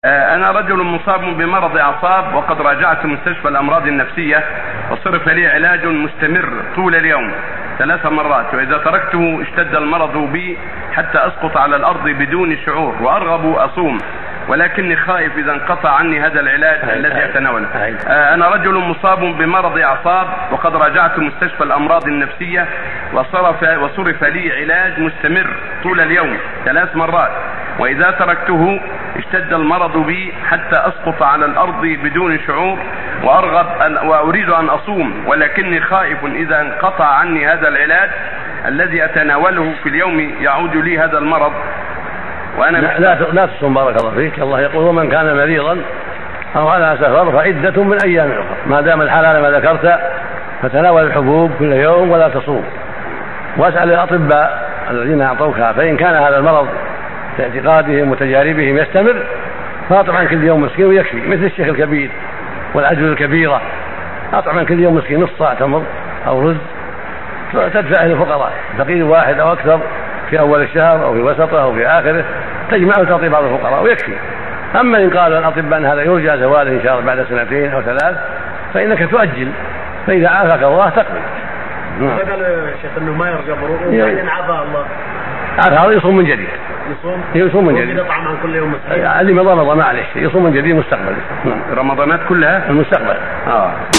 أنا رجل مصاب بمرض أعصاب، وقد راجعت مستشفى الأمراض النفسية وصرف لي علاج مستمر طول اليوم 3 مرات، وإذا تركته اشتد المرض بي حتى أسقط على الأرض بدون شعور، وأرغب أصوم ولكني خائف إذا انقطع عني هذا العلاج الذي أتناوله. أنا رجل مصاب بمرض أعصاب، وقد راجعت مستشفى الأمراض النفسية وصرف لي علاج مستمر طول اليوم 3 مرات، وإذا تركته اشتد المرض بي حتى أسقط على الأرض بدون شعور، وأريد أن أصوم ولكني خائف إذا انقطع عني هذا العلاج الذي أتناوله في اليوم يعود لي هذا المرض. وأنا لا تصوم بارك الله فيك. الله يقول: ومن كان مريضا أو على سفر فعدة من أيام أخرى. ما دام الحلال ما ذكرت فتناول الحبوب كل يوم ولا تصوم، واسأل الأطباء الذين أعطوك، فإن كان هذا المرض في اعتقادهم وتجاربهم يستمر فاطعم عن كل يوم مسكين ويكفي، مثل الشيخ الكبير والعجوز الكبيرة، أطعم عن كل يوم مسكين نص صاع تمر أو رز تدفعه للفقراء، فقير واحد أو أكثر في أول الشهر أو في وسطه أو في آخره، تجمع وتعطي بعض الفقراء ويكفي. أما إن قال الأطباء أن هذا يرجى زواله إن شاء الله بعد 2 أو 3 فإنك تؤجل، فإذا عافاك الله تقبل. قال الشيخ أنه ما يرجى بروءه وبعدين عافاه الله، هذا يصوم من جديد. يصوم من جديد. يطعم عن كل يوم مسكين. اللي مضى معلش، يصوم من جديد مستقبل. رمضانات كلها المستقبل.